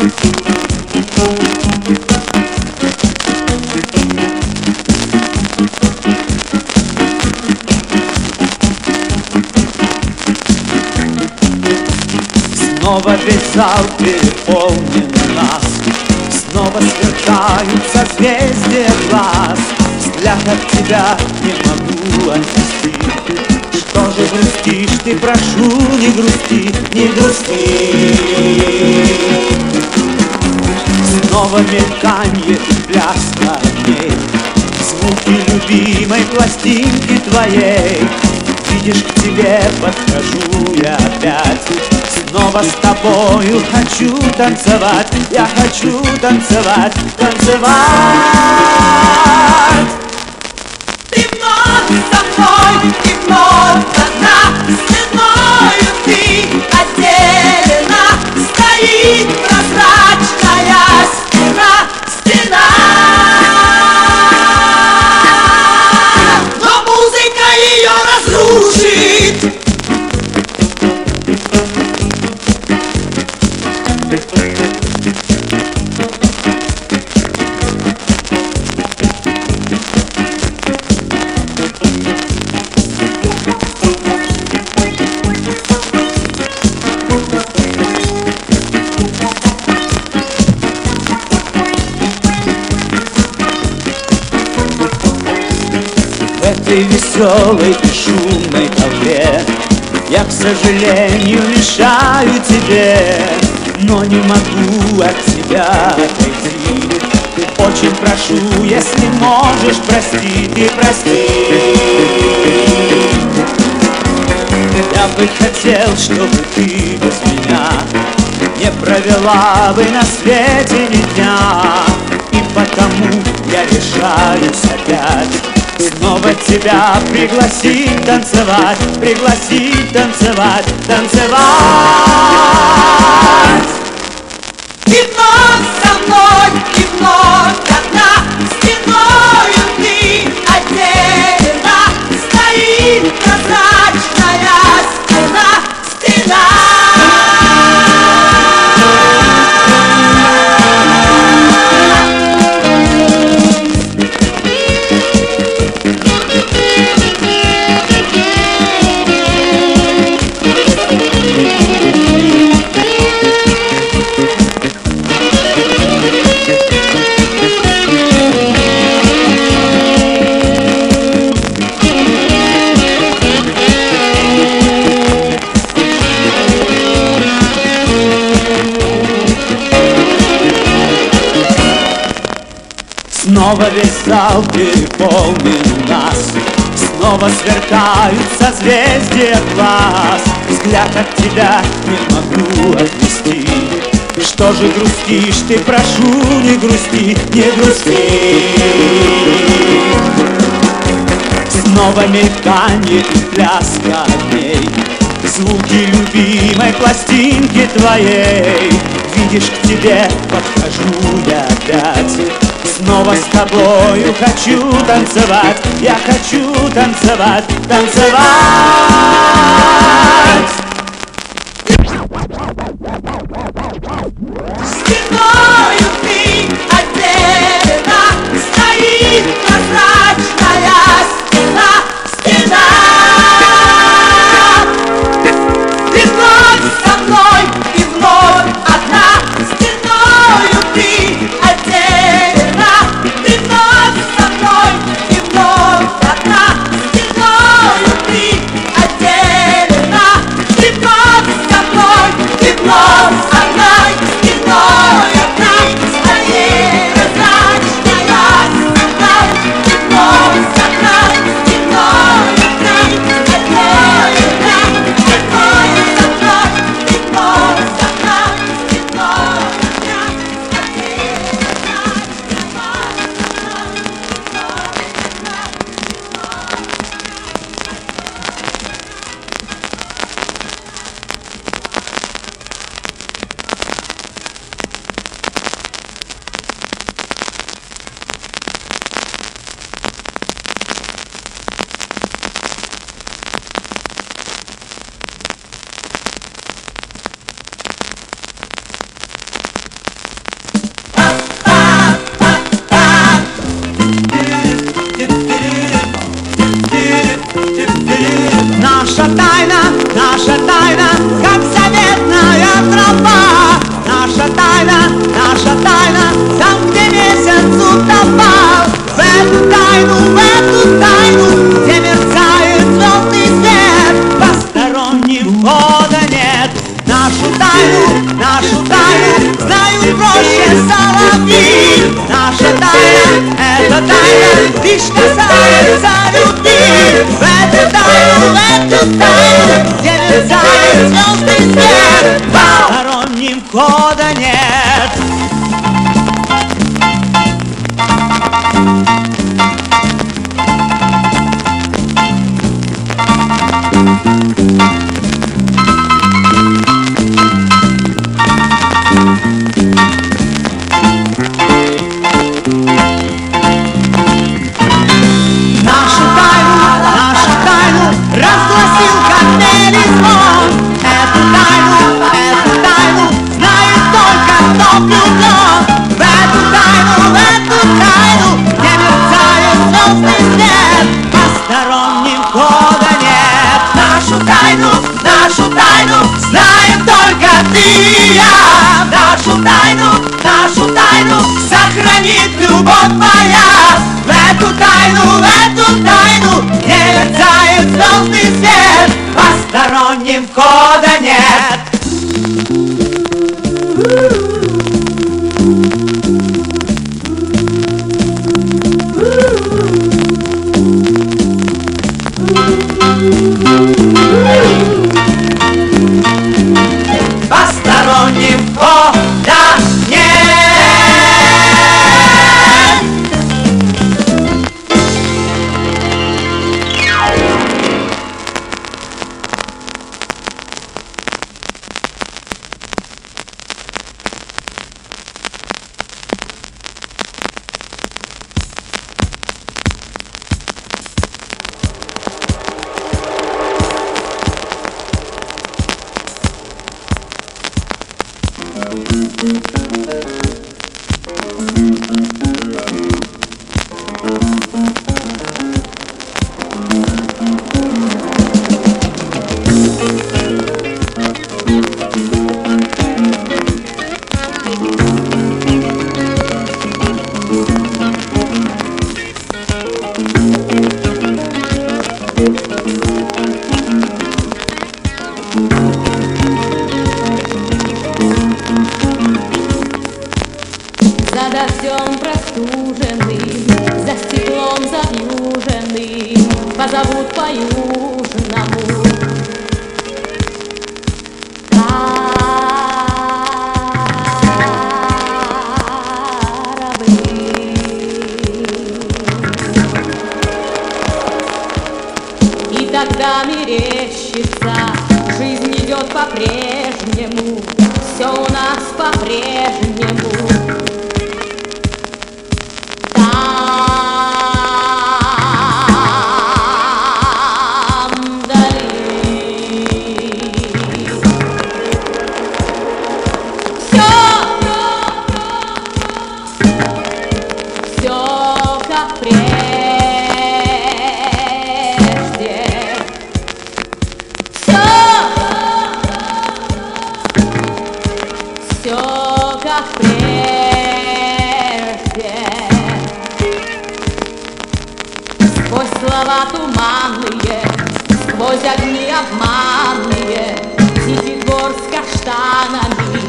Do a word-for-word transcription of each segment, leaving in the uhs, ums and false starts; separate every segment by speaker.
Speaker 1: Снова весь зал переполнен нас, снова сверкают созвездия глаз. Взгляд от тебя не могу отвести. Что же грустишь ты, прошу, не грусти, не грусти. Снова мельканье и пляска огней, звуки любимой пластинки твоей. Видишь, к тебе подхожу я опять. Снова с тобою хочу танцевать, я хочу танцевать, танцевать.
Speaker 2: Ты вновь со мной, и вновь одна, стеною ты отделена. Стоит прозрачная стена, стена. Но музыка ее разрушит.
Speaker 1: В этой веселой и шумной толпе я, к сожалению, мешаю тебе, но не могу от тебя отойти. Очень прошу, если можешь, прости, ты прости. Я бы хотел, чтобы ты без меня не провела бы на свете ни дня. И потому я решаюсь опять снова тебя пригласить танцевать, пригласить танцевать, танцевать.
Speaker 2: И вновь со мной, и вновь одна, стеною ты отделена. Стоит прозрачная стена, стена.
Speaker 1: Снова весь зал переполнен у нас, снова сверкают созвездия глаз. Взгляд от тебя не могу отвести. Что же грустишь ты, прошу, не грусти, не грусти. Снова мельканье и пляска огней, звуки любимой пластинки твоей. Видишь, к тебе подхожу я опять. Снова с тобою хочу танцевать, я хочу танцевать, танцевать.
Speaker 2: Стеною ты отделена. Стоит прозрачная стена, стена. Ты вновь со мной, и вновь одна, стеною ты отделена. Ты вновь со мной, и вновь одна, стеною ты отделена. Нашу тайну, нашу тайну сохранит любовь моя. В эту тайну, в эту тайну не мерцает звездный свет. Посторонним входа нет. Посторонним входа нет.
Speaker 3: За дождем простуженным, за стеклом завьюженным позовут по-южному. Корабли. И тогда мерещится, жизнь идет по-прежнему, все у нас по-прежнему. Сквозь слова туманные, сквозь огни обманные, тихий двор с каштанами.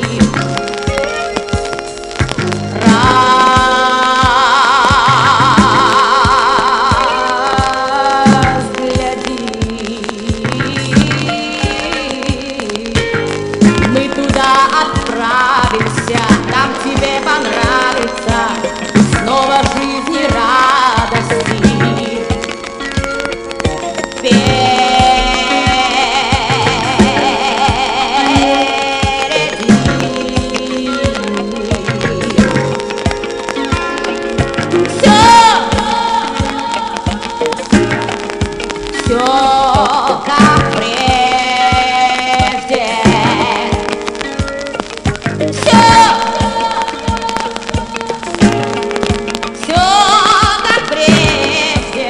Speaker 3: Разгляди, мы туда отправимся, там тебе понравится снова жизнь и радости. Все как прежде, все, все как прежде.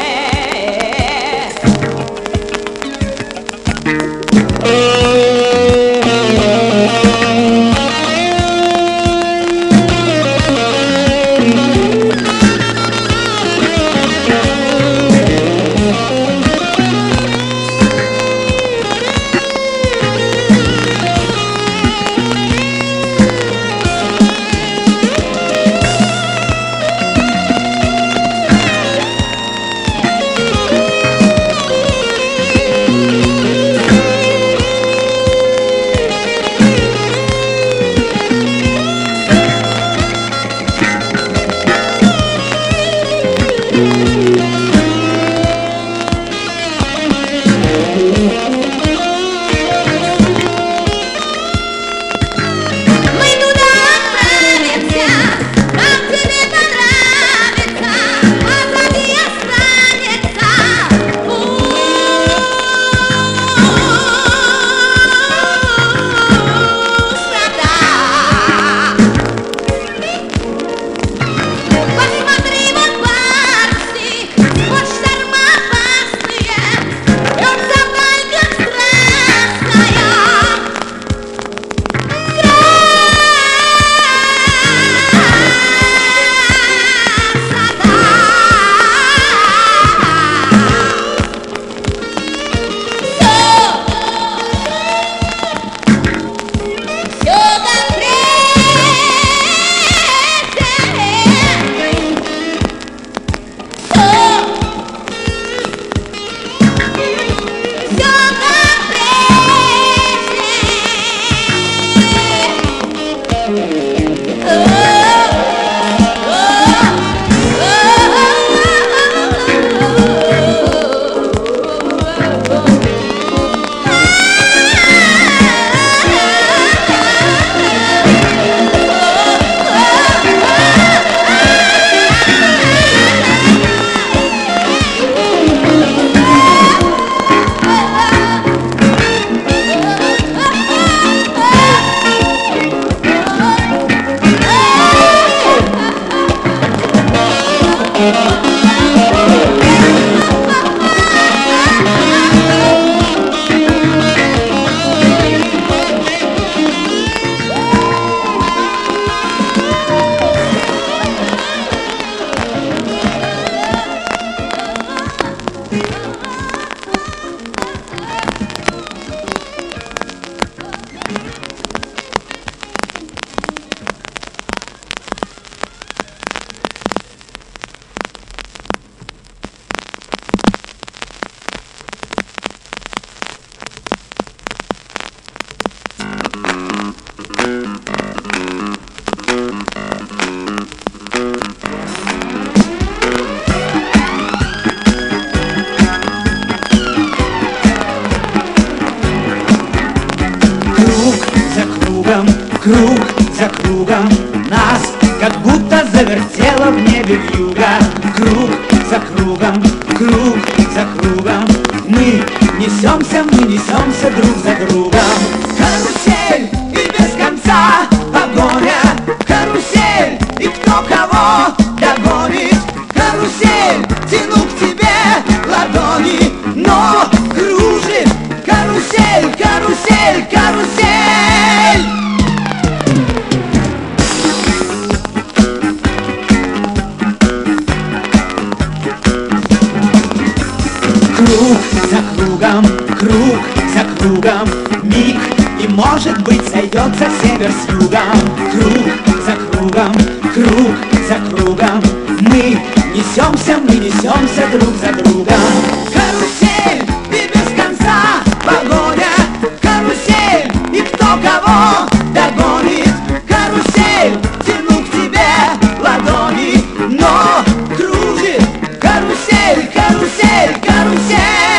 Speaker 3: Thank you.
Speaker 1: круг за кругом нас как будто завертело в небе вьюга. Круг за кругом, круг за кругом мы несемся, мы несемся друг за другом. Карусель и без конца погоня, карусель и кто кого догонит. Карусель, тяну к тебе ладони, но кружит карусель, карусель, карусель. Круг за кругом, круг за кругом миг, и может быть сойдется север с югом. Круг за кругом, круг за кругом мы несемся, мы несемся друг за другом. Карусель и без конца погоня, карусель и кто кого догонит. Карусель, тяну к тебе ладони, но кружит карусель, карусель, карусель.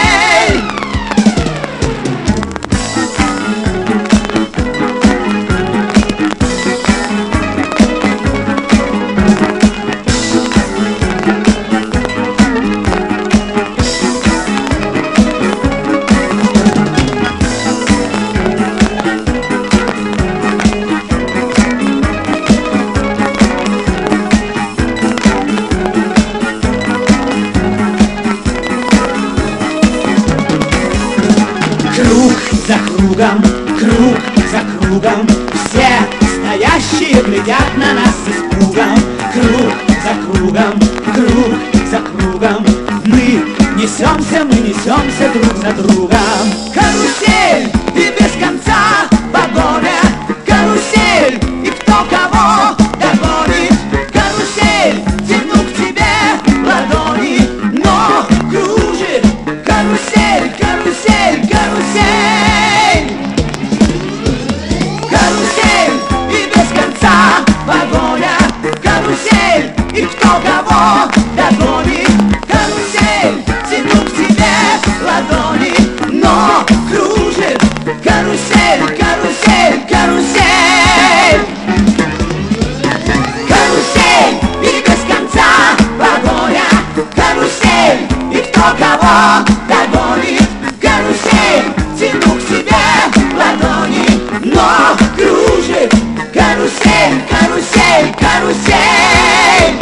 Speaker 1: За кругом, круг за кругом все стоящие глядят на нас с испугом. Круг за кругом, круг за кругом мы несемся, мы несемся друг за другом. Карусель и без конца погоня, карусель и кто кого догонит. Карусель, тяну к тебе ладони, но кружит карусель, карусель, карусель. Погоня, карусель, и кто кого догонит. Карусель, тяну к тебе ладони, но кружит карусель, карусель, карусель. Карусель, и без конца погоня, карусель, и кто кого догонит. Карусель, тяну к тебе ладони, но кружит карусель, карусель, карусель.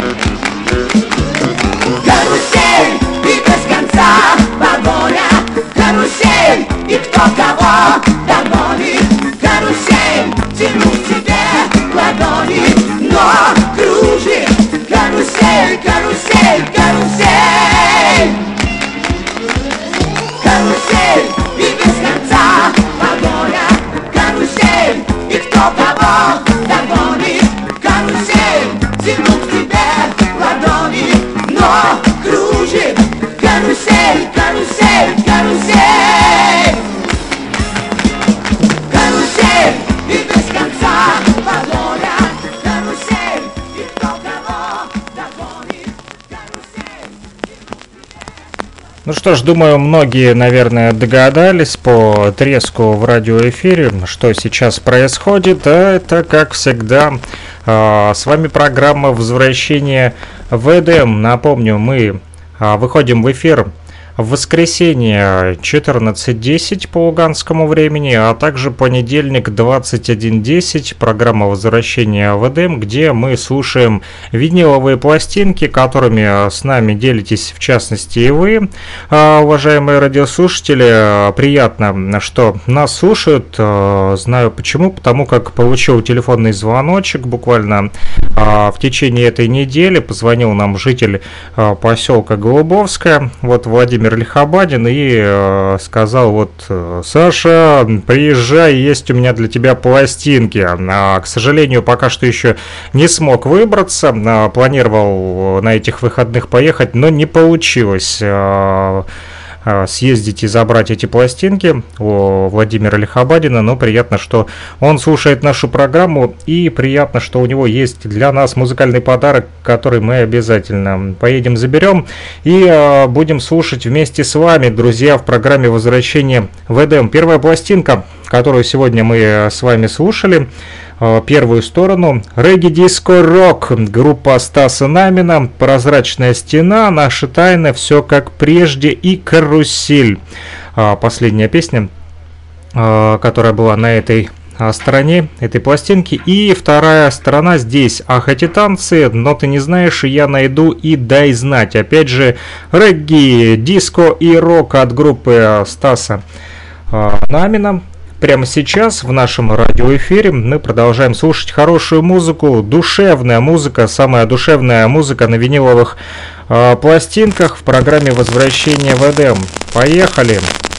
Speaker 1: Карусель и без конца погоня, карусель и кто кого догонит. Карусель, тяну к тебе ладони, но кружит карусель, карусель, карусель. Карусель и без конца погоня, карусель и кто кого догонит. Карусель, тяну к тебе ладони, но кружит карусель, карусель, карусель. Карусель и без конца погоня, карусель и кто кого догонит. Карусель.
Speaker 4: Ну что ж, думаю, многие, наверное, догадались по треску в радиоэфире, что сейчас происходит. А это, как всегда, с вами программа «Возвращение в Эдем». Напомню, мы выходим в эфир в воскресенье четырнадцать десять по луганскому времени, а также понедельник двадцать один десять, программа «Возвращение в Эдем», где мы слушаем виниловые пластинки, которыми с нами делитесь, в частности, и вы, уважаемые радиослушатели. Приятно, что нас слушают. Знаю почему, потому как получил телефонный звоночек буквально в течение этой недели. Позвонил нам житель поселка Голубовская, вот Владимир Лихобадин, и э, сказал: вот, Саша, приезжай, есть у меня для тебя пластинки. А, к сожалению, пока что еще не смог выбраться, а, планировал на этих выходных поехать, но не получилось а, съездить и забрать эти пластинки у Владимира Лихобадина, но приятно, что он слушает нашу программу, и приятно, что у него есть для нас музыкальный подарок, который мы обязательно поедем заберем и э, будем слушать вместе с вами, друзья, в программе «Возвращение в Эдем». Первая пластинка, которую сегодня мы с вами слушали, первую сторону. Регги, диско, рок. Группа Стаса Намина. Прозрачная стена. Наши тайны. Все как прежде. И карусель. Последняя песня, которая была на этой стороне этой пластинки. И вторая сторона здесь. Ах, эти танцы, но ты не знаешь, я найду и дай знать. Опять же, регги, диско и рок от группы Стаса Намина. Прямо сейчас в нашем радиоэфире мы продолжаем слушать хорошую музыку, душевная музыка, самая душевная музыка на виниловых э, пластинках в программе «Возвращение в Эдем». Поехали!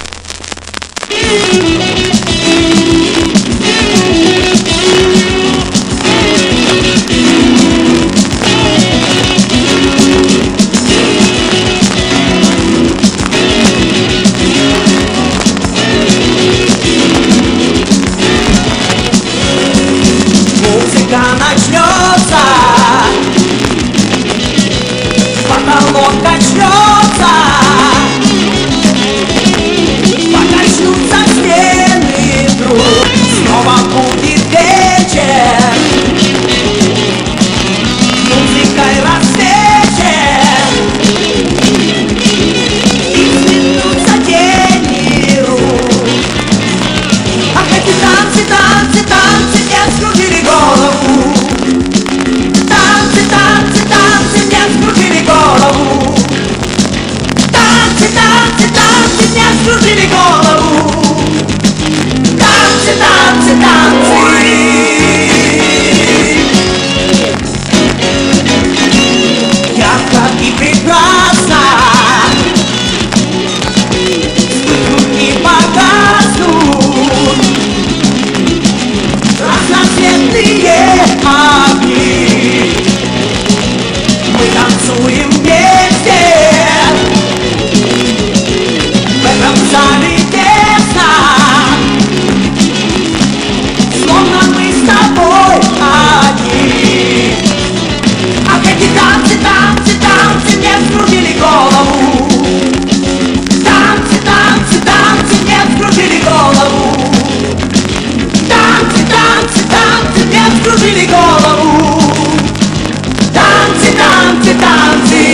Speaker 2: Музыка начнется, потолок качнется, покачнутся стены вдруг, снова будет вечер, музыкой рассвечен, и взметнутся тени рук. Ах, эти танцы, танцы, танцы мне скрутили голову. Танцы, танцы, танцы мне скрутили голову. Танцы, танцы, танцы мне скрутили голову. Танцы, танцы, танцы. Ярко и прекрасно вспыхнут и погаснут разноцветные огни. Мы танцуем вместе в этом зале тесно, словно мы с тобой одни. Ах, эти танцы, танцы, танцы мне скрутили голову. Танцы, танцы, танцы мне скрутили голову. Танцы, танцы, танцы мне скрутили голову. Танцы, танцы, танцы.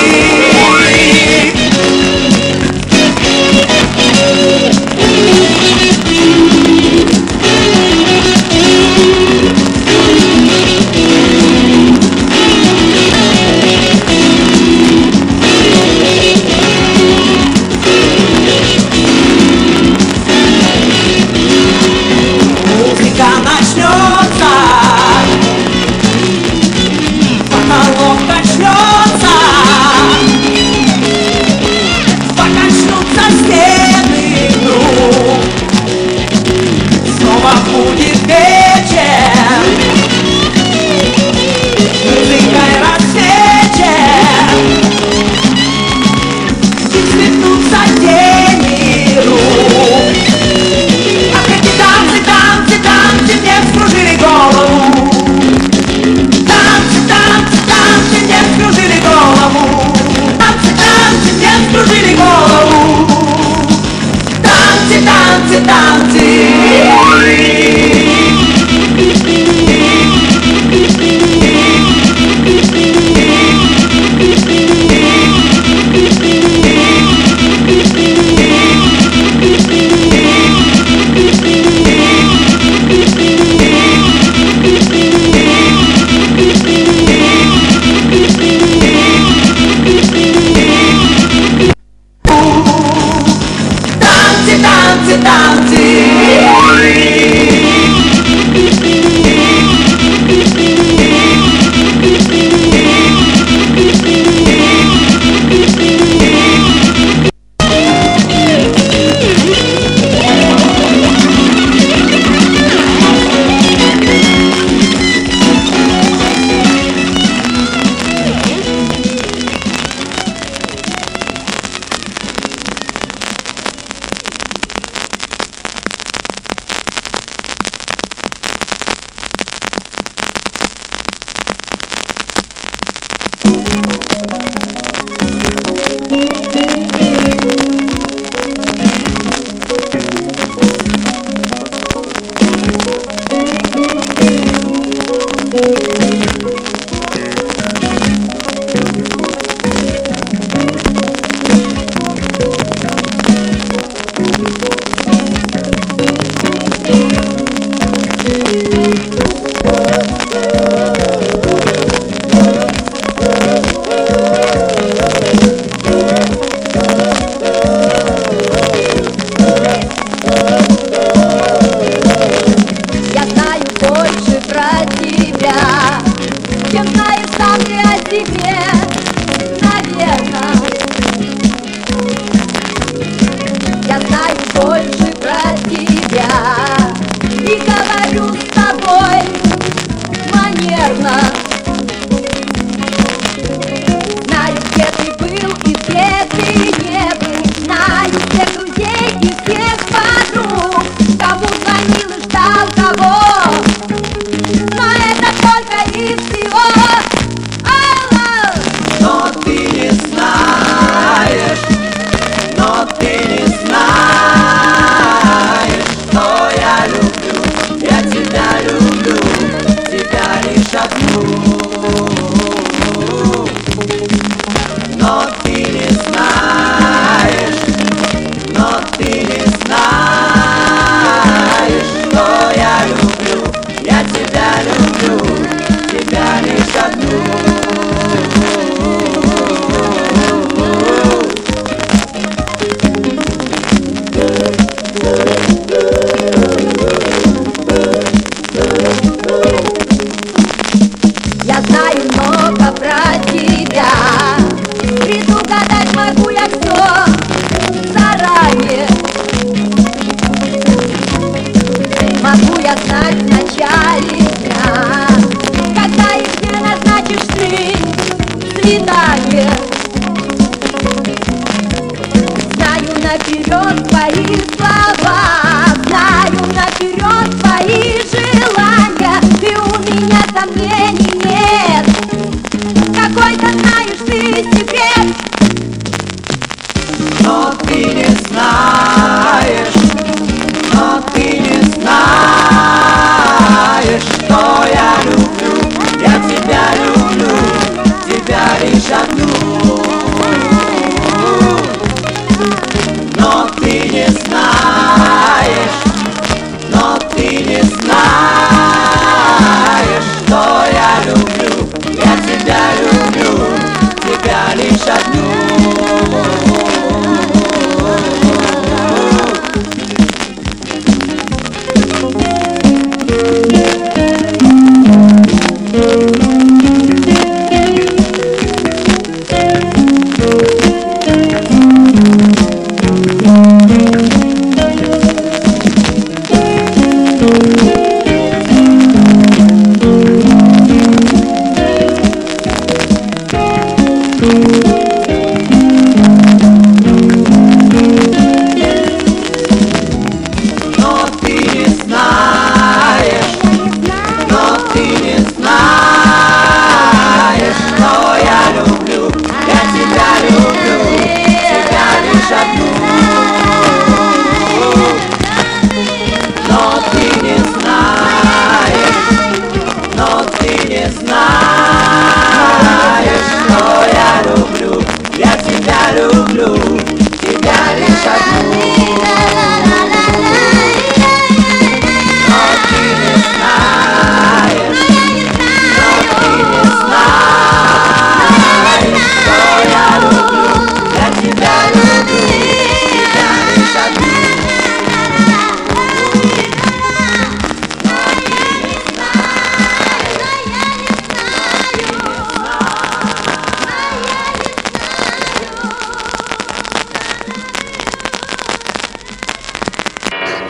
Speaker 2: Музыка начнется, потолок качнется, покачнутся стены вдруг, снова будет вечер, музыкой рассвечен, и взметнутся тени рук. Ах, эти танцы, танцы, танцы мне скружили голову. Танцы, танцы, танцы мне скружили голову. Танцы, танцы мне скружили голову. Танцы, танцы, танцы. Танцы, танцы, танцы.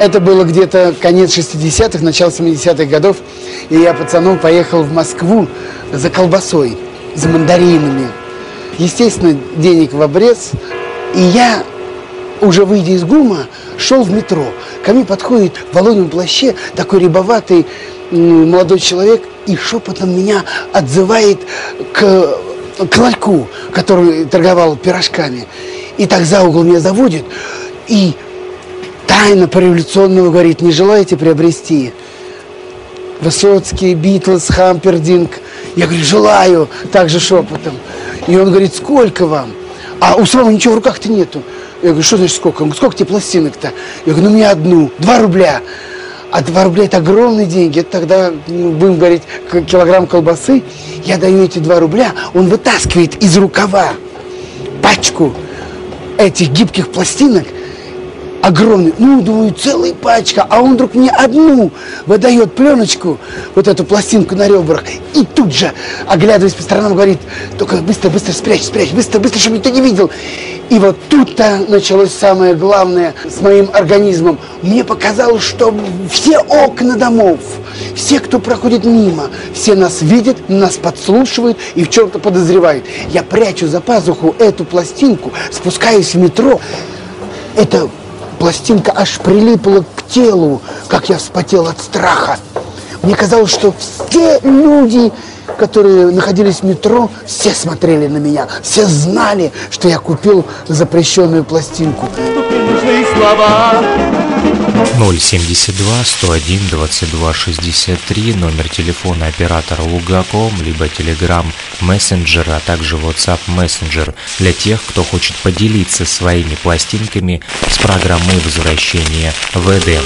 Speaker 5: Это было где-то конец шестидесятых, начало семидесятых годов. И я пацаном поехал в Москву за колбасой, за мандаринами. Естественно, денег в обрез. И я, уже выйдя из ГУМа, шел в метро. Ко мне подходит в воловьем плаще такой рябоватый молодой человек и шепотом меня отзывает к, к ларьку, который торговал пирожками. И так за угол меня заводит и тайно по-революционному говорит: не желаете приобрести Высоцкий, Битлз, Хампердинг? Я говорю: желаю, также шепотом. И он говорит: сколько вам? А у самого ничего в руках-то нету. Я говорю: что значит сколько? Он говорит: сколько тебе пластинок-то? Я говорю: ну мне одну, два рубля. А два рубля это огромные деньги. Это тогда, ну, будем говорить, килограмм колбасы. Я даю эти два рубля, он вытаскивает из рукава пачку этих гибких пластинок, огромный, ну, думаю, целая пачка, а он вдруг мне одну выдает пленочку, вот эту пластинку на ребрах, и тут же, оглядываясь по сторонам, говорит: только быстро, быстро спрячь, спрячь, быстро, быстро, чтобы никто не видел. И вот тут-то началось самое главное с моим организмом. Мне показалось, что все окна домов, все, кто проходит мимо, все нас видят, нас подслушивают и в чем-то подозревают. Я прячу за пазуху эту пластинку, спускаюсь в метро. Это пластинка аж прилипла к телу, как я вспотел от страха. Мне казалось, что все люди, которые находились в метро, все смотрели на меня, все знали, что я купил запрещенную пластинку.
Speaker 4: ноль семьдесят два сто один двадцать два шестьдесят три, номер телефона оператора Лугаком, либо Telegram Messenger, а также WhatsApp Messenger для тех, кто хочет поделиться своими пластинками с программой возвращения в Эдем.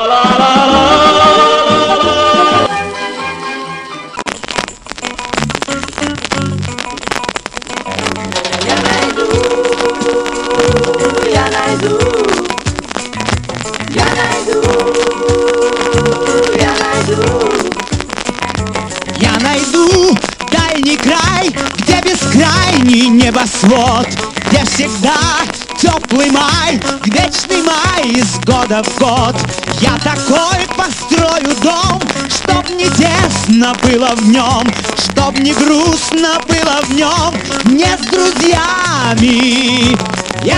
Speaker 2: Я найду дальний край, где бескрайний небосвод, где всегда теплый май, вечный май из года в год. Я такой построю дом, чтоб не тесно было в нем, чтоб не грустно было в нем, не с друзьями. Я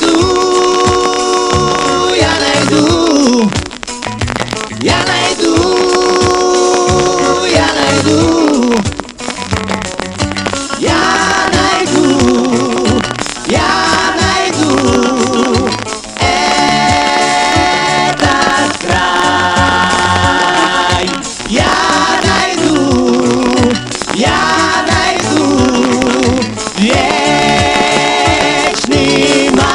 Speaker 2: найду, я найду, я найду, я найду, я найду, я найду этот край. Я найду, я найду вечный май.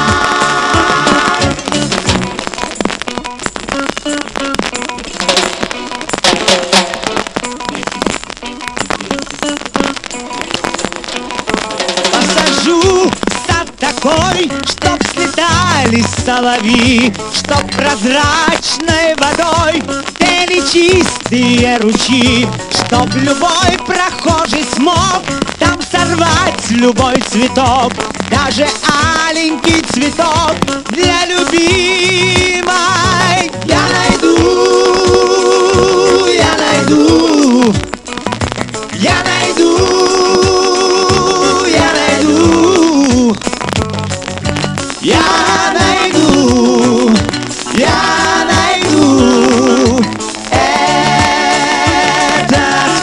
Speaker 2: Посажу сад такой, чтоб слетались соловьи, чтоб прозрачной водой текли чистые ручьи, чтоб любой прохожий смог там сорвать любой цветок, даже аленький цветок для любимой. Я найду, я найду, я найду, я найду, я найду, я найду этот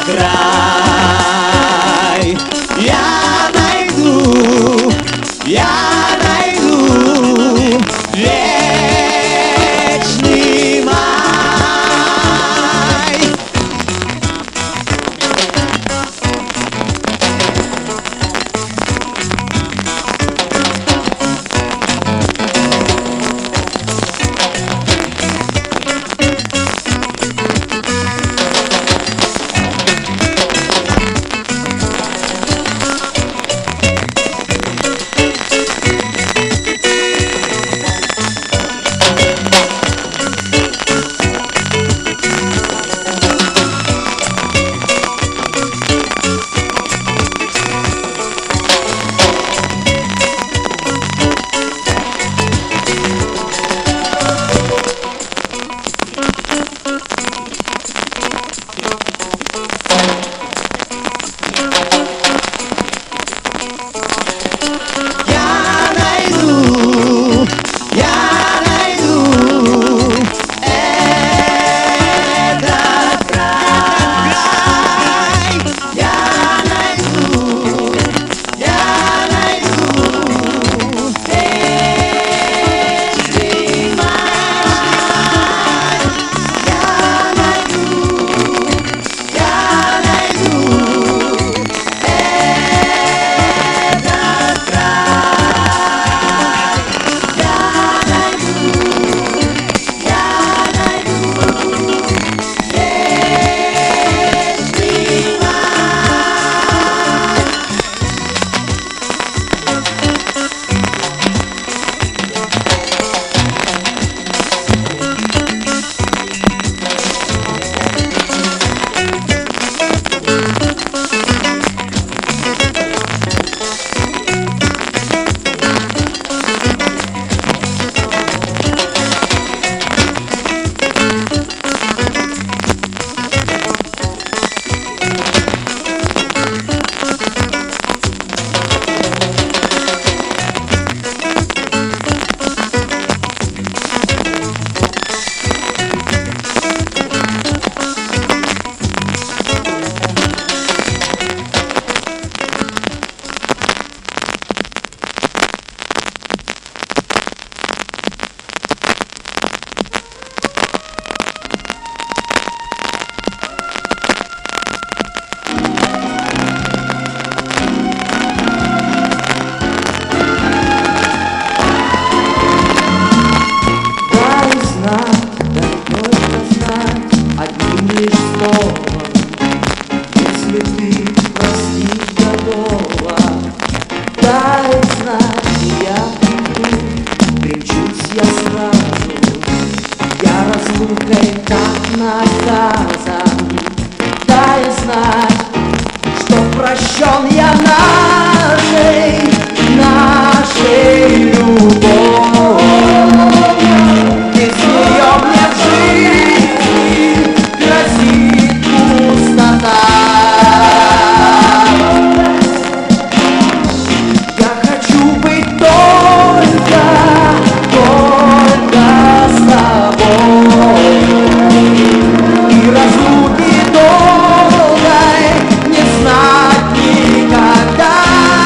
Speaker 2: край. Я найду, я найду вечный наказан. Дай знать, что прощен я нашей, нашей любовью. Без нее мне в жизни грозит пустота. Я хочу быть только, только с тобой. И разлуки долгой не знать никогда.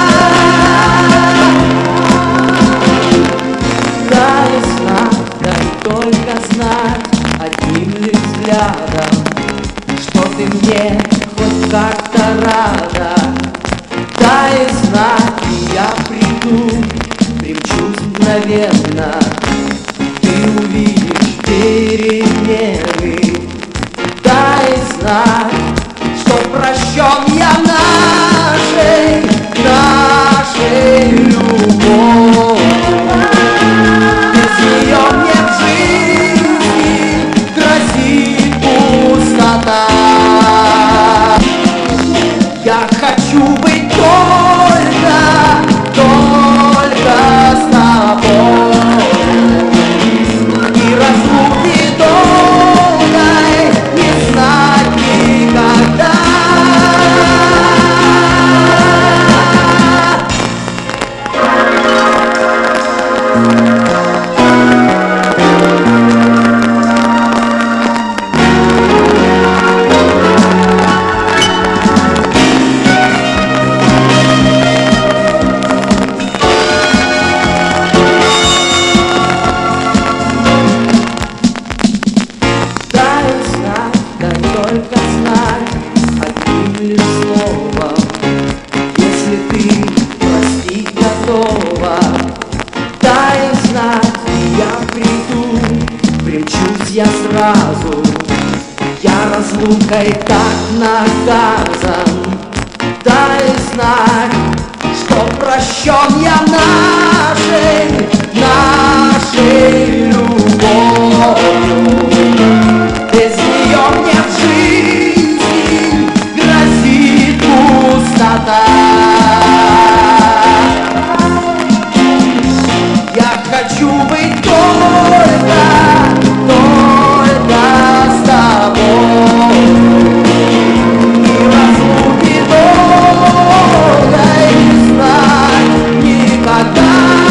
Speaker 2: Дай знать, дай только знать одним лишь взглядом, что ты мне хоть как-то рада. Дай знать, и я приду, примчусь мгновенно. Ты увидишь перемены. Дай знать, что прощен я нашей, нашей любовью. Без нее мне в жизни грозит пустота. Я хочу быть только, только с тобой. И разлуки долгой не знать никогда. Дай знать, дай только знать одним лишь словом, если ты простить готова. Дай знать, и я приду, примчусь я сразу. Я разлукой так наказан. Дай знать, что прощен я нашей, нашей любовью. Без нее мне в жизни грозит пустота. Я хочу быть только, только с тобой. И разлуки долгой не знать никогда.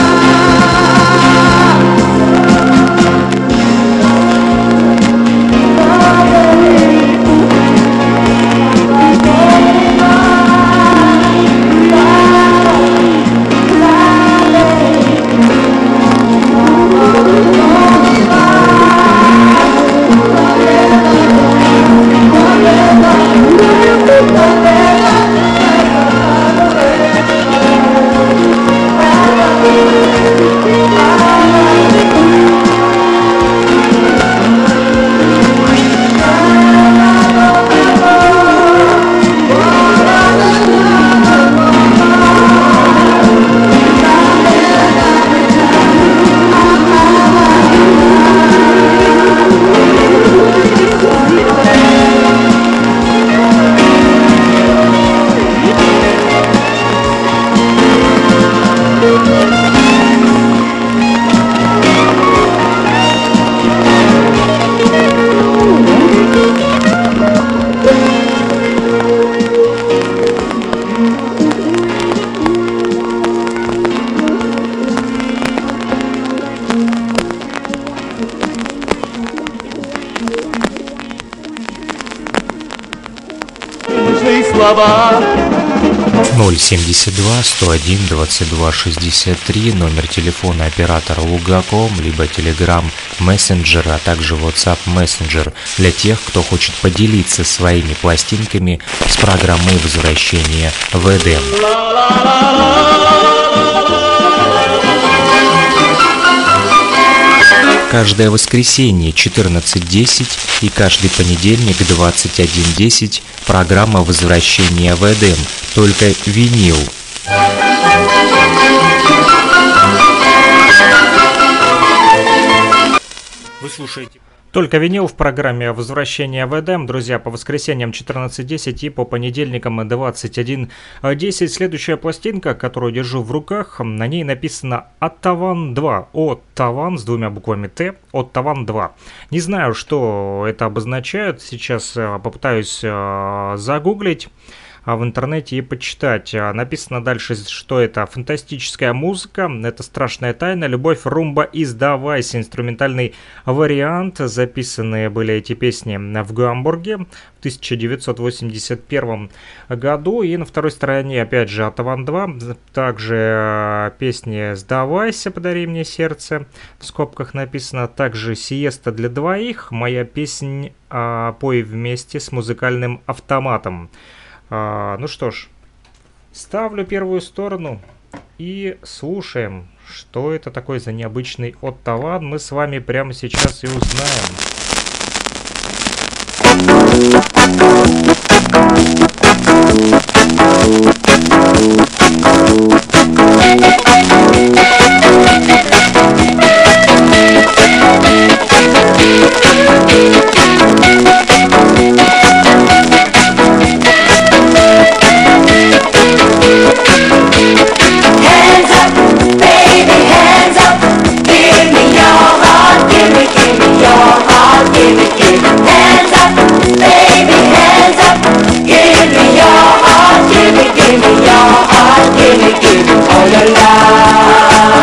Speaker 1: Слова.
Speaker 4: ноль семьдесят два сто один двадцать два шестьдесят три, номер телефона оператора Лугаком, либо Telegram Messenger, а также WhatsApp Messenger для тех, кто хочет поделиться своими пластинками с программой возвращения в Эдем. Каждое воскресенье четырнадцать десять и каждый понедельник двадцать один десять программа возвращения в Эдем, только винил. Вы слушаете Только винил в программе «Возвращение в Эдем». Друзья, по воскресеньям четырнадцать десять и по понедельникам двадцать один десять. Следующая пластинка, которую держу в руках, на ней написано «Оттаван два». «Оттаван» с двумя буквами «Т». «Оттаван два». Не знаю, что это обозначает. Сейчас попытаюсь загуглить в интернете и почитать. Написано дальше, что это фантастическая музыка, это страшная тайна, любовь, румба и сдавайся. Инструментальный вариант. Записанные были эти песни в Гамбурге в тысяча девятьсот восемьдесят первом году. И на второй стороне опять же «Оттаван два». Также песни «Сдавайся, подари мне сердце», в скобках написано. Также «Сиеста для двоих», «Моя песня, пой вместе с музыкальным автоматом». А, ну что ж, ставлю первую сторону и слушаем, что это такое за необычный Оттаван. Мы с вами прямо сейчас и узнаем.
Speaker 2: Give me your heart, give me, give me all your love.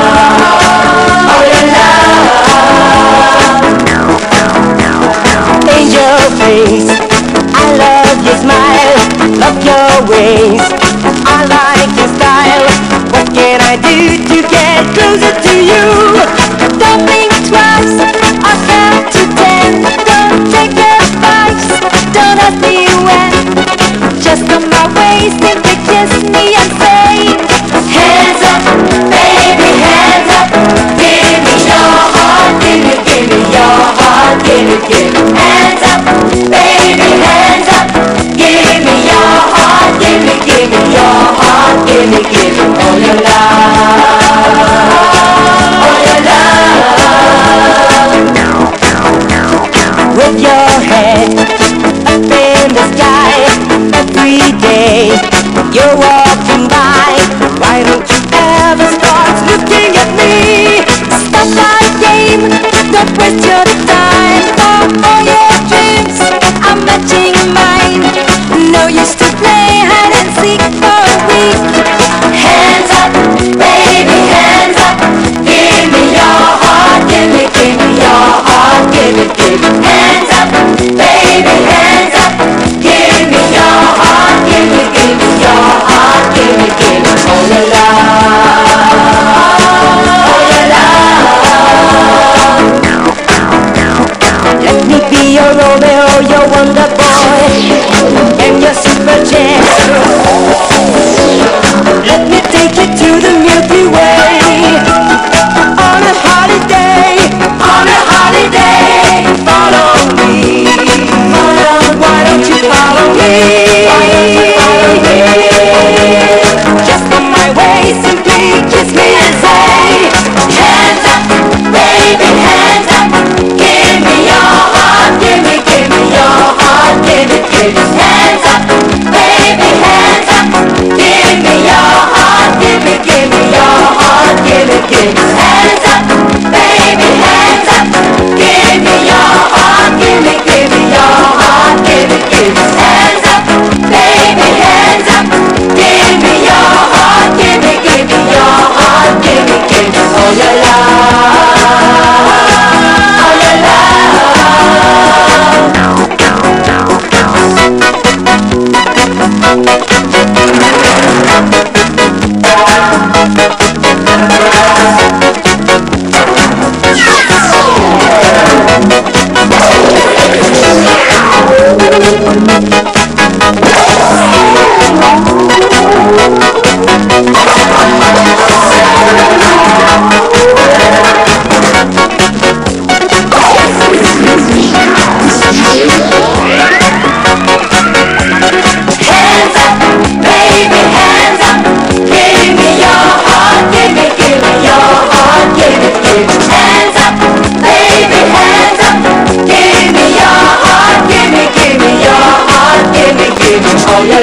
Speaker 2: oh yeah,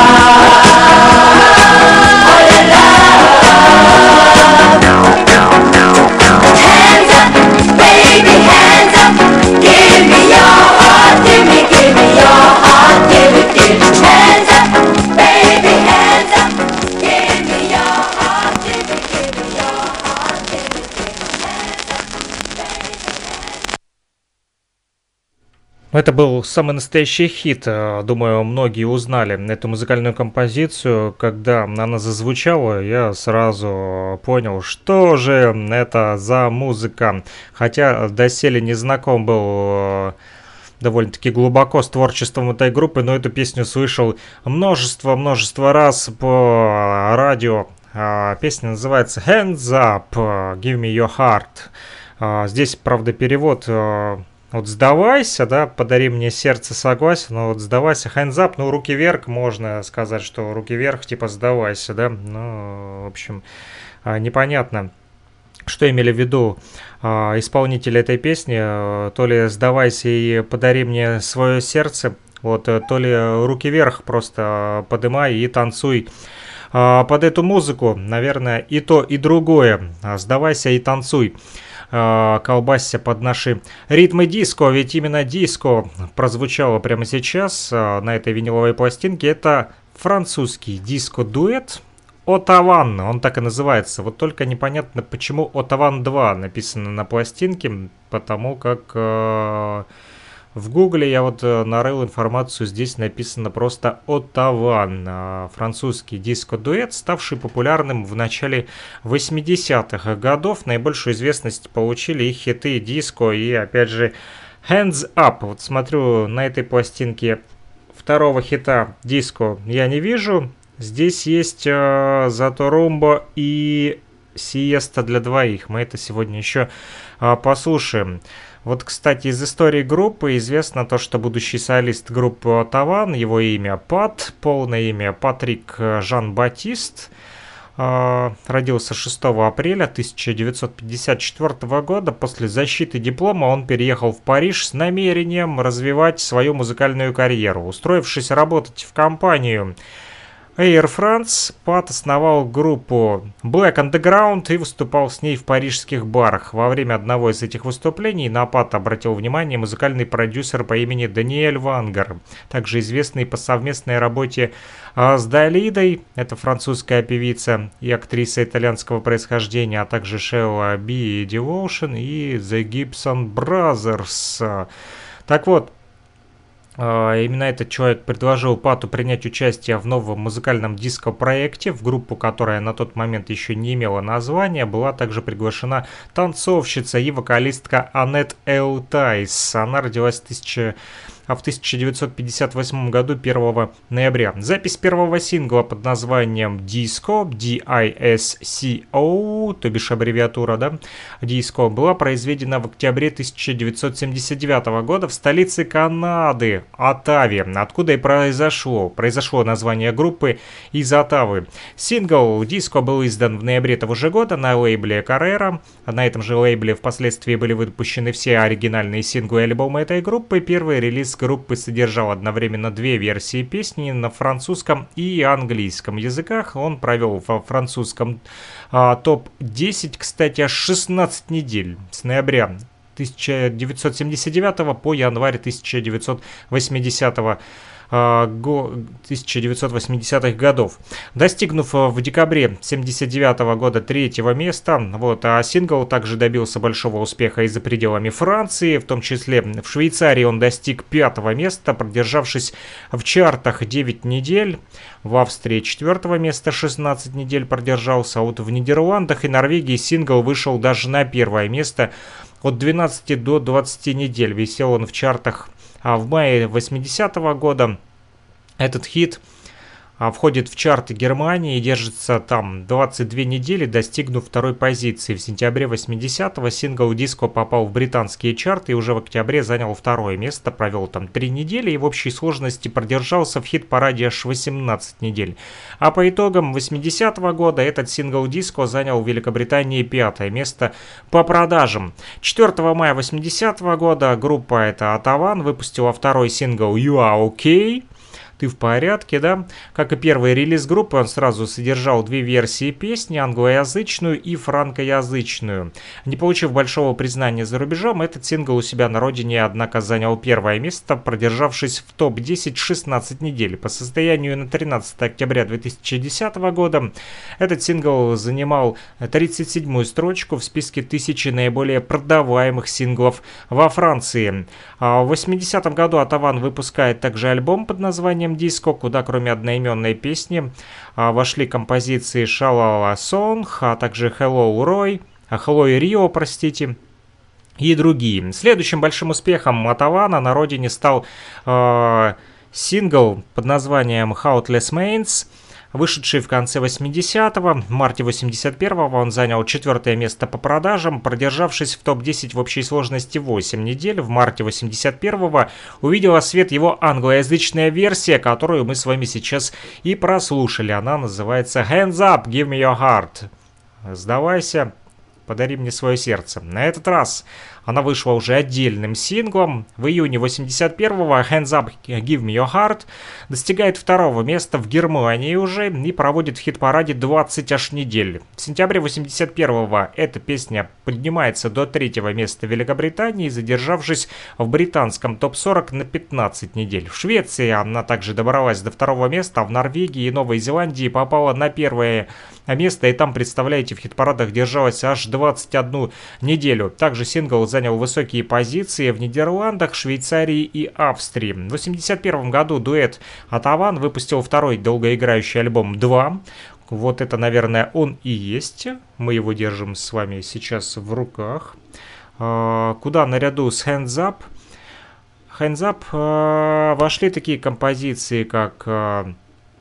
Speaker 2: love, oh yeah, love. Hands up, baby, hands up. Give me your heart, give me, give me your heart, give it, give it. Hands up, baby, hands up. Give me your heart, give me, give me your heart, give it, give it. Hands up, baby, hands up.
Speaker 4: Это был самый настоящий хит. Думаю, многие узнали эту музыкальную композицию. Когда она зазвучала, я сразу понял, что же это за музыка. Хотя доселе не знаком был довольно-таки глубоко с творчеством этой группы, но эту песню слышал множество-множество раз по радио. Песня называется Hands Up, Give Me Your Heart. Здесь, правда, перевод... Вот сдавайся, да, подари мне сердце, согласен, но вот сдавайся, hands up, ну, руки вверх, можно сказать, что руки вверх, типа сдавайся, да, ну, в общем, непонятно, что имели в виду исполнители этой песни, то ли сдавайся и подари мне свое сердце, вот, то ли руки вверх просто подымай и танцуй под эту музыку, наверное, и то, и другое, сдавайся и танцуй. Колбасься под наши ритмы диско, ведь именно диско прозвучало прямо сейчас на этой виниловой пластинке. Это французский диско-дуэт Отаван, он так и называется. Вот только непонятно, почему Отаван два написано на пластинке, потому как э, в гугле я вот нарыл информацию, здесь написано просто Отаван, э, французский диско-дуэт, ставший популярным в начале восьмидесятых годов. Наибольшую известность получили их хиты диско и, опять же, Hands Up. Вот смотрю, на этой пластинке второго хита диско я не вижу. Здесь есть э, зато румба и сиеста для двоих. Мы это сегодня еще э, послушаем. Вот, кстати, из истории группы известно то, что будущий солист группы Отаван, его имя Пат, полное имя Патрик Жан-Батист, э, родился шестого апреля тысяча девятьсот пятьдесят четвёртого года. После защиты диплома он переехал в Париж с намерением развивать свою музыкальную карьеру. Устроившись работать в компанию Air France, Пат основал группу Black Underground и выступал с ней в парижских барах. Во время одного из этих выступлений на Пата обратил внимание музыкальный продюсер по имени Даниэль Вангар, также известный по совместной работе с Далидой, это французская певица и актриса итальянского происхождения, а также Sheila B. и Devotion и The Gibson Brothers. Так вот, именно этот человек предложил Пату принять участие в новом музыкальном диско-проекте. В группу, которая на тот момент еще не имела названия, была также приглашена танцовщица и вокалистка Аннет Эутайс. Она родилась в тысяча в тысяча девятьсот пятьдесят восьмом году первого ноября. Запись первого сингла под названием Disco, ди ай эс си о, то бишь аббревиатура, да, Disco, была произведена в октябре тысяча девятьсот семьдесят девятого года в столице Канады, Оттаве, откуда и произошло, произошло название группы из Оттавы. Сингл Disco был издан в ноябре того же года на лейбле Carrera. На этом же лейбле впоследствии были выпущены все оригинальные синглы и альбомы этой группы. Первый релиз группы содержал одновременно две версии песни на французском и английском языках. Он провел во французском а, топ десять, кстати, аж шестнадцать недель с ноября тысяча девятьсот семьдесят девятого по январь тысяча девятьсот восьмидесятого тысяча девятьсот восьмидесятых годов, достигнув в декабре семьдесят девятого года третьего места. Вот, а сингл также добился большого успеха и за пределами Франции, в том числе в Швейцарии он достиг пятого места, продержавшись в чартах девять недель. В Австрии четвертого места шестнадцать недель продержался, а вот в Нидерландах и Норвегии сингл вышел даже на первое место. От двенадцати до двадцати недель висел он в чартах. А в мае восьмидесятого года этот хит а, входит в чарты Германии и держится там двадцать две недели, достигнув второй позиции. В сентябре восьмидесятого сингл Disco попал в британские чарты и уже в октябре занял второе место, провел там три недели и в общей сложности продержался в хит-параде аж восемнадцать недель. А по итогам восьмидесятого года этот сингл Disco занял в Великобритании пятое место по продажам. четвёртого мая восьмидесятого года группа эта Отаван выпустила второй сингл You Are Okay. «Ты в порядке», да? Как и первый релиз группы, он сразу содержал две версии песни, англоязычную и франкоязычную. Не получив большого признания за рубежом, этот сингл у себя на родине, однако, занял первое место, продержавшись в топ десять шестнадцать недель. По состоянию на тринадцатое октября две тысячи десятого года этот сингл занимал тридцать седьмую строчку в списке тысячи наиболее продаваемых синглов во Франции. В восьмидесятом году Атаван выпускает также альбом под названием «Диско», куда кроме одноименной песни вошли композиции «Шалала Сонг», а также «Hello Roy», «Hello Rio», простите, и другие. Следующим большим успехом Атавана на родине стал э, сингл под названием «Heartless Mains», вышедший в конце восьмидесятого. В марте восемьдесят первого он занял четвертое место по продажам, продержавшись в топ десять в общей сложности восемь недель. В марте восемьдесят первого увидела свет его англоязычная версия, которую мы с вами сейчас и прослушали. Она называется «Hands Up, Give Me Your Heart». «Сдавайся, подари мне свое сердце». На этот раз она вышла уже отдельным синглом. В июне восемьдесят первого «Hands Up, Give Me Your Heart» достигает второго места в Германии уже и проводит в хит-параде двадцать аж недель. В сентябре восемьдесят первого эта песня поднимается до третьего места в Великобритании, задержавшись в британском топ сорок на пятнадцать недель. В Швеции она также добралась до второго места, а в Норвегии и Новой Зеландии попала на первое место, и там, представляете, в хит-парадах держалась аж двадцать одну неделю. Также сингл занял высокие позиции в Нидерландах, Швейцарии и Австрии. В восемьдесят первом году дуэт Атаван выпустил второй долгоиграющий альбом «два». Вот это, наверное, он и есть. Мы его держим с вами сейчас в руках. Куда наряду с «Hands Up» Hands Up вошли такие композиции, как «Is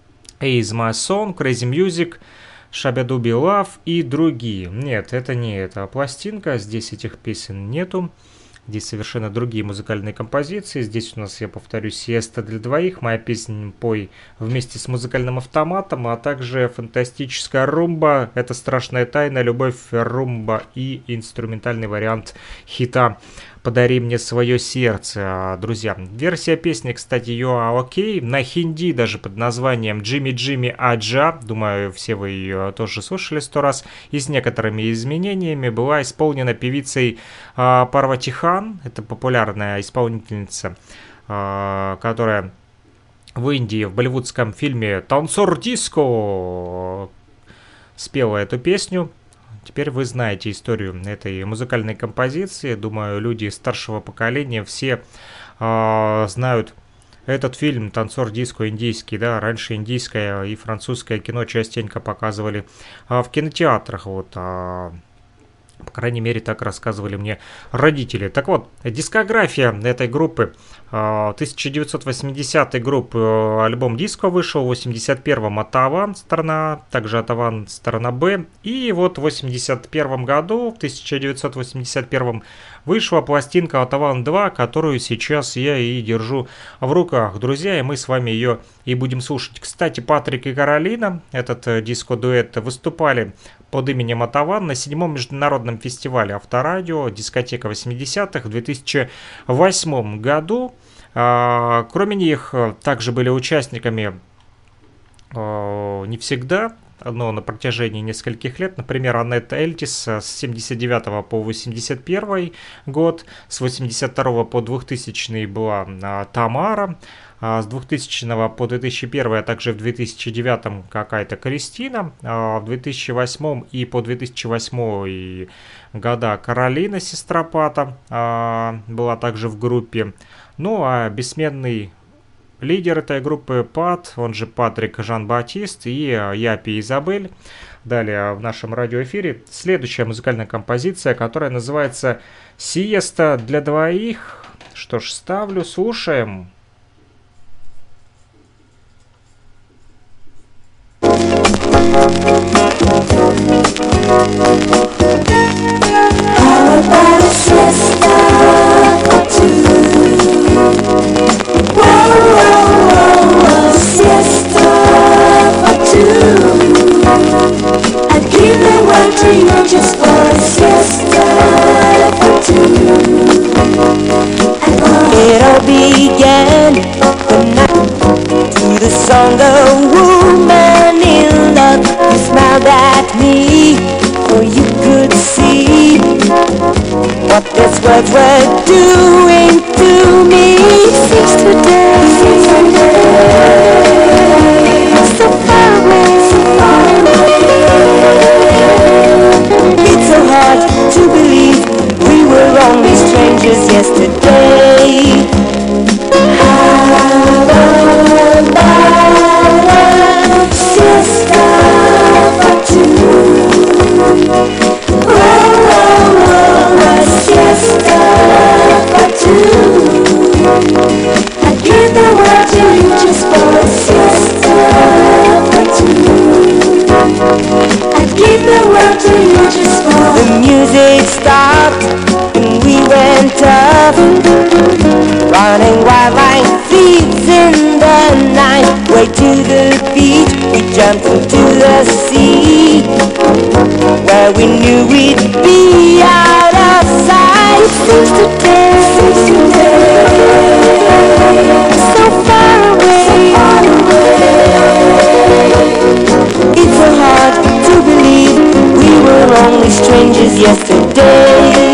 Speaker 4: My Song», «Crazy Music», «Шабядуби Love» и другие. Нет, это не эта пластинка, здесь этих песен нету. Здесь совершенно другие музыкальные композиции. Здесь у нас, я повторюсь, «Сиеста для двоих», моя песня «Пой вместе с музыкальным автоматом», а также фантастическая румба, «Это страшная тайна», «Любовь», румба и инструментальный вариант хита «Подари мне свое сердце», друзья. Версия песни, кстати, You Are Okay, на хинди даже под названием «Джимми Джимми Аджа», думаю, все вы ее тоже слышали сто раз, и с некоторыми изменениями, была исполнена певицей э, Парвати Хан, это популярная исполнительница, э, которая в Индии в болливудском фильме «Танцор диско» спела эту песню. Теперь вы знаете историю этой музыкальной композиции. Думаю, люди старшего поколения все э, знают этот фильм «Танцор диско» индийский. Да? Раньше индийское и французское кино частенько показывали э, в кинотеатрах. Вот, э, по крайней мере, так рассказывали мне родители. Так вот, дискография этой группы. тысяча девятьсот восьмидесятой группы альбом «Диско» вышел, в восемьдесят первом «Атаван» сторона, также «Атаван» сторона «Б». И вот в восемьдесят первом году, в тысяча девятьсот восемьдесят первом, вышла пластинка «Атаван два», которую сейчас я и держу в руках, друзья, и мы с вами ее и будем слушать. Кстати, Патрик и Каролина, этот диско-дуэт, выступали под именем Атаван на седьмом международном фестивале «Авторадио», дискотека восьмидесятых в две тысячи восьмом году. Кроме них, также были участниками не всегда, но на протяжении нескольких лет. Например, Аннет Эльтис с семьдесят девятого по восемьдесят первый год, с восемьдесят второго по двухтысячный была Тамара, с двухтысячного по две тысячи первый, а также в две тысячи девятом какая-то Кристина, в две тысячи восьмом и по две тысячи восьмой года Каролина Сестропата была также в группе. Ну а бессменный лидер этой группы Пат, он же Патрик Жан-Батист и Япи Изабель. Далее в нашем радиоэфире следующая музыкальная композиция, которая называется «Сиеста для двоих». Что ж, ставлю, слушаем.
Speaker 6: I'd give the world to you just for a siesta for two. And it all began the night stronger woman in love. You smiled at me, for you could see what these words were doing to me. Seems today so far away. It's so hard to believe we were only strangers yesterday. How about a siesta for two? Oh, oh, oh, a siesta for two. I'd give the world to you just for a siesta for two. I'd give the world to you just for. The music stopped and we went up, running wild like thieves in the night. Way to the beach, we jumped into the sea, where we knew we'd be out of sight. It seems today, seems today so far away. It's so hard to believe we were only strangers yesterday.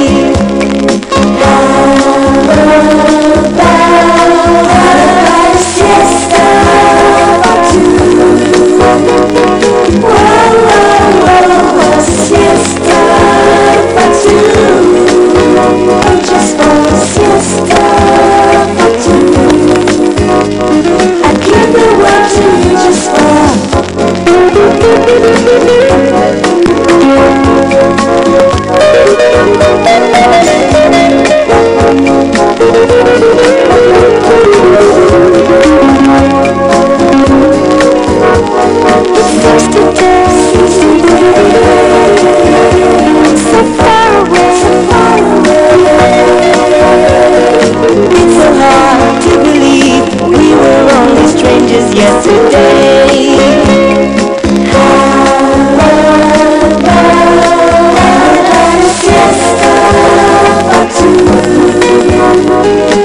Speaker 6: Yesterday.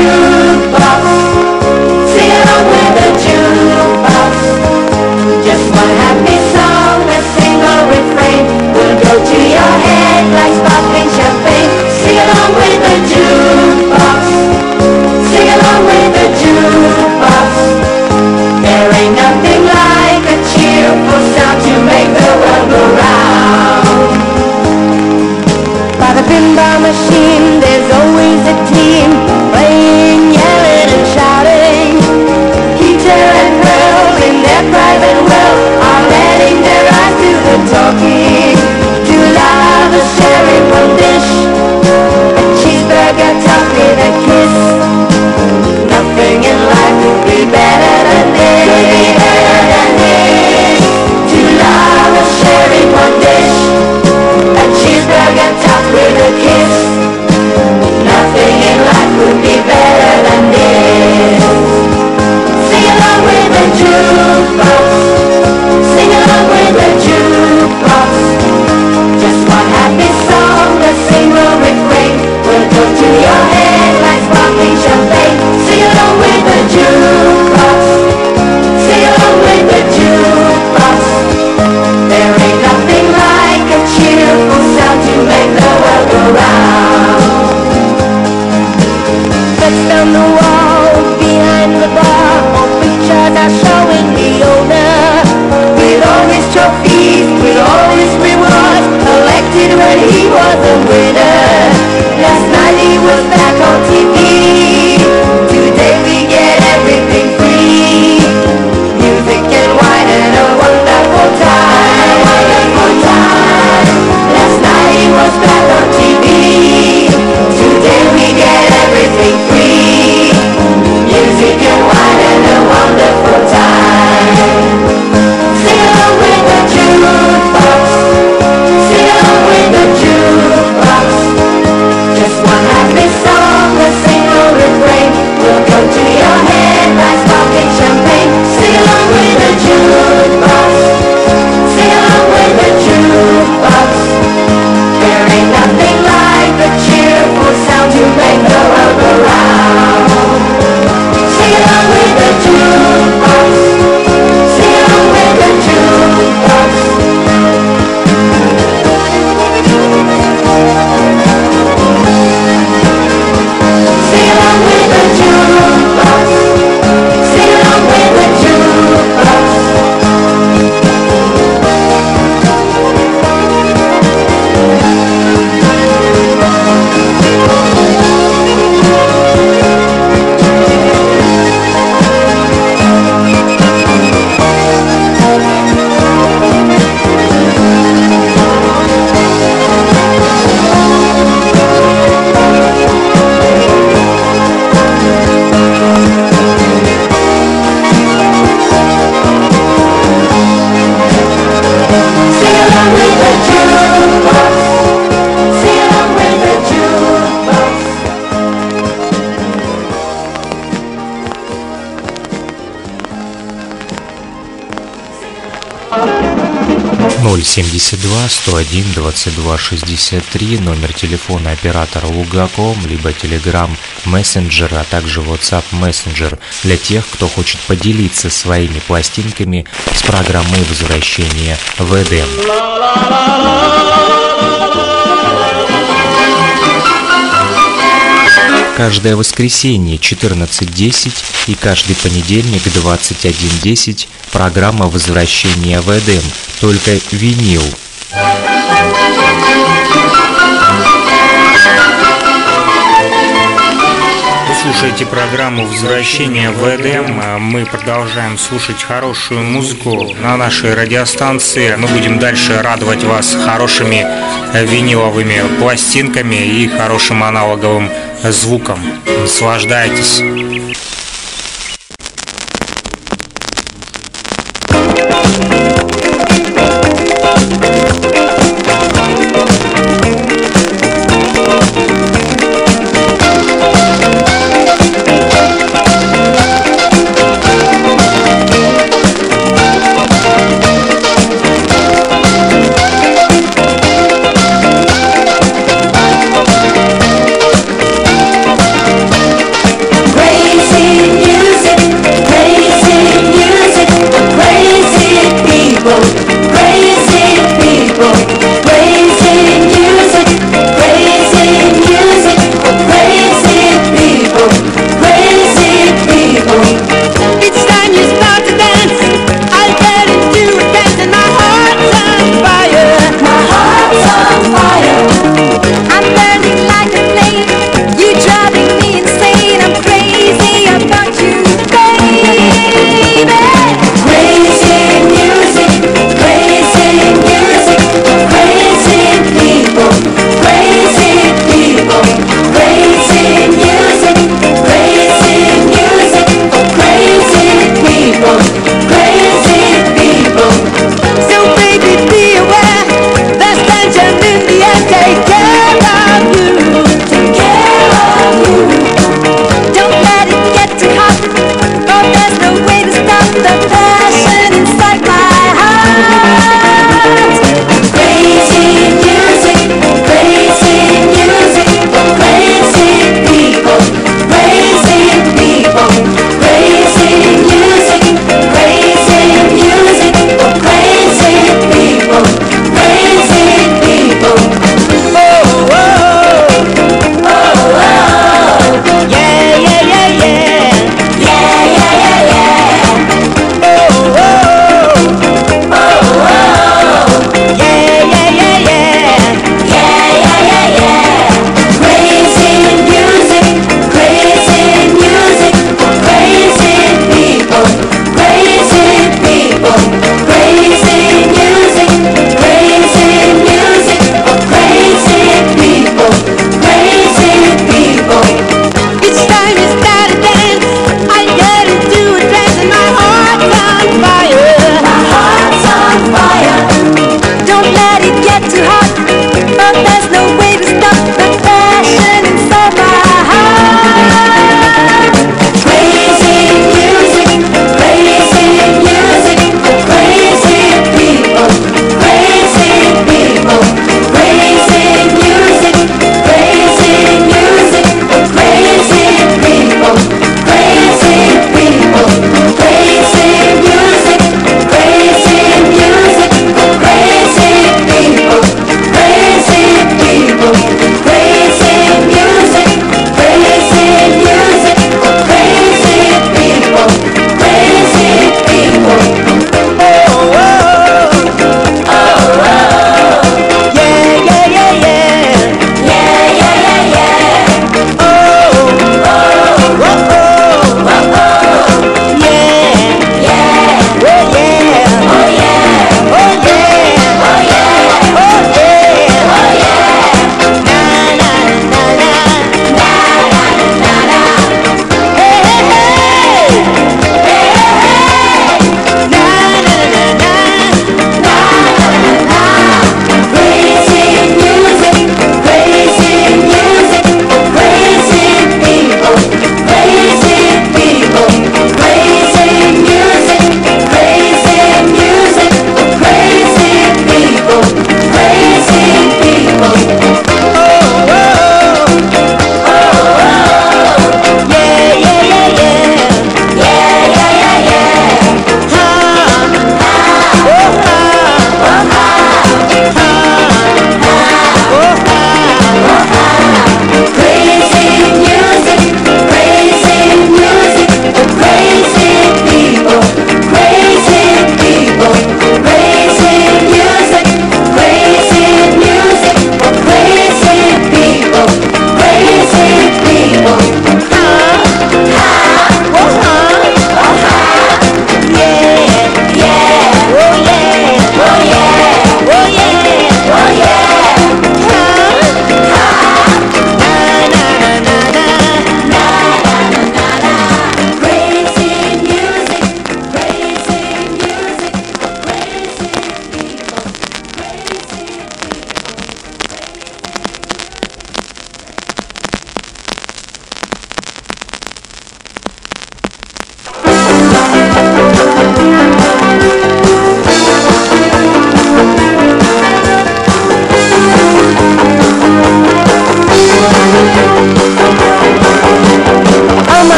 Speaker 6: jukebox. Sing along with the jukebox. Just one happy song, a single refrain will go to your head like sparkling champagne. Sing along with the jukebox. Sing along with the jukebox. There ain't nothing like a cheerful sound to make the world go round. By the pinball machine, there's always a team playing, yelling and shouting. Peter and Pearl in their private world are letting their eyes do the talking. Two lovers sharing one dish, a cheeseburger topped with a kiss. Nothing in life could be better than this. Could be better than this. Two lovers sharing one dish, a cheeseburger topped with a kiss. Nothing in life could be better than this. Sing along with the jukebox. Sing along with the jukebox. Just one happy song, a single refrain will go to your head like sparkling champagne. Sing along with the jukebox. Sing along with the jukebox. There ain't nothing like a cheerful sound to make the world go round. Text on the wall behind the bar, all pictures are showing the owner with all his trophies, with all his rewards collected when he was a winner. Last night he was back on T V. Today we get everything free. Music and wine and a wonderful time. Wonderful time. Last night he was back on T V. Today we get everything free. Music and wine and a wonderful time. Sing along with the jukebox. Sing along with the jukebox. Just one happy song, a single refrain will go to your head like sparkling champagne. Sing along with the jukebox. Sing along with the jukebox. There ain't nothing like a cheerful sound to make the world go round. Sing along with the jukebox. Sing along with the jukebox. Sing along with the jukebox. Sing along with the jukebox. Sing along with the jukebox. Sing along with the jukebox.
Speaker 4: ноль семьдесят два сто один двадцать два шестьдесят три, номер телефона оператора Лугаком, либо Telegram Messenger, а также WhatsApp Messenger для тех, кто хочет поделиться своими пластинками с программой возвращения в Эдем. Каждое воскресенье четырнадцать десять и каждый понедельник двадцать один десять программа возвращения в Эдем, только винил. Вы слушаете программу «Возвращение в Эдем». Мы продолжаем слушать хорошую музыку на нашей радиостанции. Мы будем дальше радовать вас хорошими виниловыми пластинками и хорошим аналоговым звуком. Наслаждайтесь.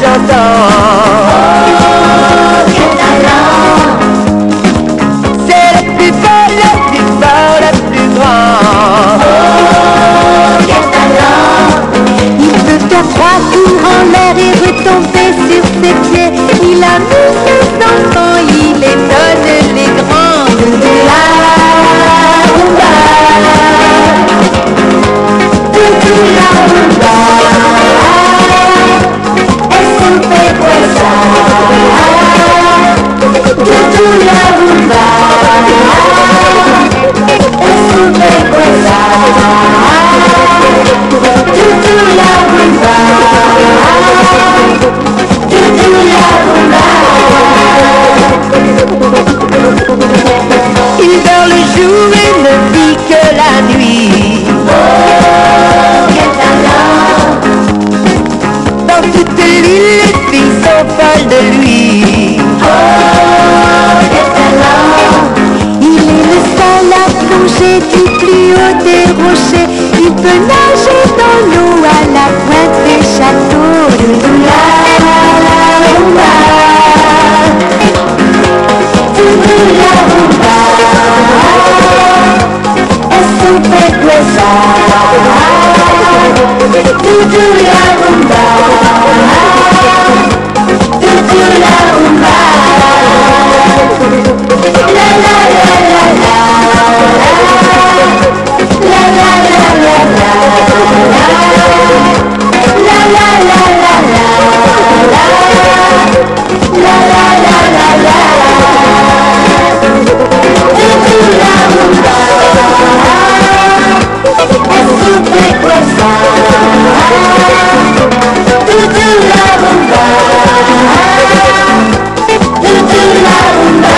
Speaker 2: longtemps. Oh, catalan. C'est le plus beau, le plus fort, le plus grand. Oh, catalan.
Speaker 6: Il peut faire trois tours en l'air et retomber sur ses pieds. Il amuse les enfants, il étonne les grands. La rumba, tutu la rumba, es super fuerza. Tutu la rumba, es super fuerza. Tutu la rumba, tutu la rumba.
Speaker 2: Il dort le jour et ne vit que la nuit.
Speaker 6: Oh, quel talent!
Speaker 2: Dans toute l'île, les filles sont folles de lui.
Speaker 6: Oh, quel talent! Il est le seul à plonger du plus haut des rochers. Il peut nager dans l'eau à la pointe des châteaux. Toutoula, rumba, toutoula, rumba, es super gruesa. Toutoula, rumba, toutoula, rumba. La la la la la, la la la la la, la la la la la, la la la la la. Toutoula rumba, es super gruesa. Toutoula rumba, toutoula rumba.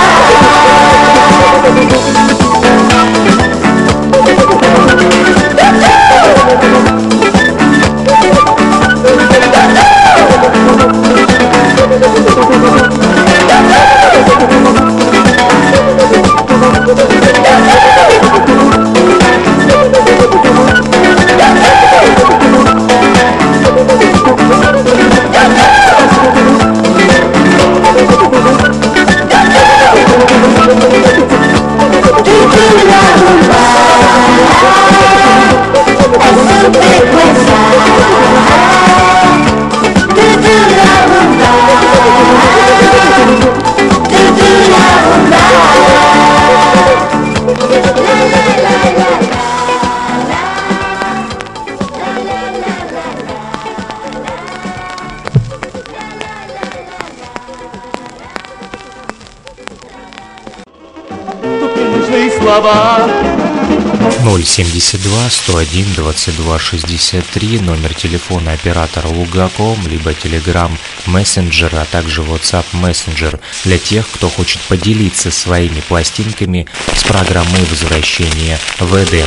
Speaker 4: ноль семьдесят два сто один двадцать два шестьдесят три, номер телефона оператора Лугаком, либо Telegram Messenger, а также WhatsApp Messenger для тех, кто хочет поделиться своими пластинками с программой возвращения в Эдем.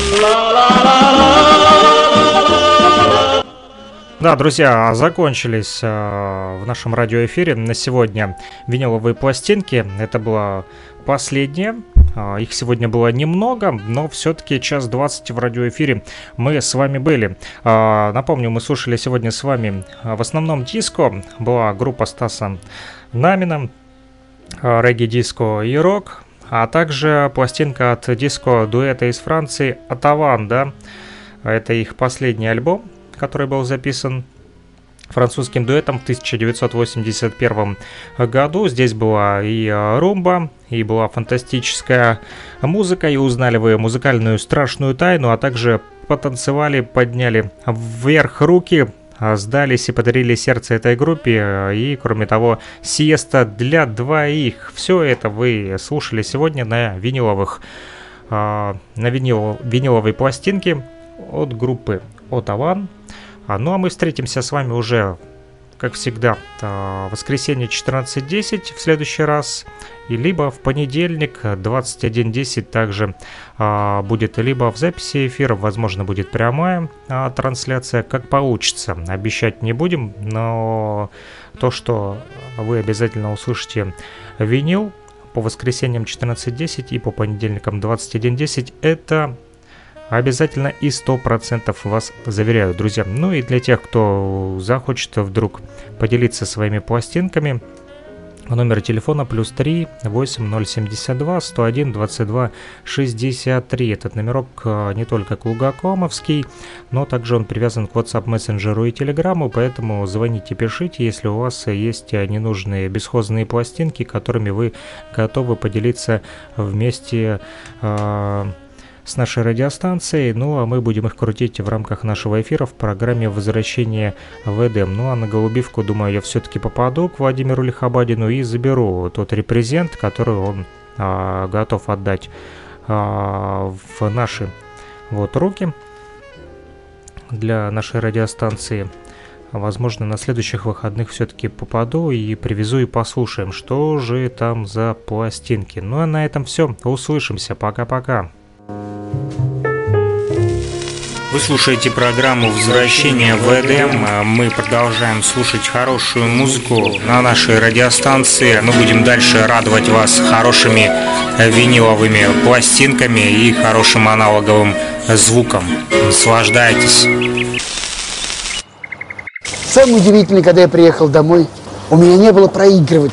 Speaker 4: Да, друзья, закончились э, в нашем радиоэфире на сегодня виниловые пластинки. Это была последняя. Э, их сегодня было немного, но все-таки час двадцать в радиоэфире мы с вами были. Э, напомню, мы слушали сегодня с вами в основном диско. Была группа Стаса Намина, э, регги-диско и рок, а также пластинка от диско-дуэта из Франции «Атаван», да. Это их последний альбом, который был записан французским дуэтом в тысяча девятьсот восемьдесят первом году. Здесь была и румба, и была фантастическая музыка, и узнали вы музыкальную страшную тайну, а также потанцевали, подняли вверх руки, сдались и подарили сердце этой группе, и, кроме того, сиеста для двоих. Все это вы слушали сегодня на виниловых, на винил, виниловой пластинке от группы Атаван. Ну а мы встретимся с вами уже, как всегда, в воскресенье четырнадцать десять в следующий раз, и либо в понедельник двадцать один десять также а, будет либо в записи эфира, возможно, будет прямая а, трансляция, как получится. Обещать не будем, но то, что вы обязательно услышите винил по воскресеньям четырнадцать десять и по понедельникам двадцать один десять, это Обязательно и сто процентов вас заверяю, друзья. Ну и для тех, кто захочет вдруг поделиться своими пластинками, номер телефона плюс три восемь ноль семьдесят два сто один двадцать два шестьдесят три. Этот номерок не только кулгакомовский, но также он привязан к WhatsApp мессенджеру и Телеграму, поэтому звоните, пишите, если у вас есть ненужные бесхозные пластинки, которыми вы готовы поделиться вместе э, с нашей радиостанцией. Ну а мы будем их крутить в рамках нашего эфира в программе «Возвращение в Эдем». Ну а на голубивку, думаю, я все-таки попаду к Владимиру Лихобадину и заберу тот репрезент, который он а, готов отдать а, в наши вот руки для нашей радиостанции. Возможно, на следующих выходных все-таки попаду и привезу и послушаем, что же там за пластинки. Ну а на этом все. Услышимся. Пока-пока. Вы слушаете программу «Возвращение в Эдем». Мы продолжаем слушать хорошую музыку на нашей радиостанции. Мы будем дальше радовать вас хорошими виниловыми пластинками и хорошим аналоговым звуком. Наслаждайтесь.
Speaker 5: Самое удивительное, когда я приехал домой, у меня не было проигрывателя.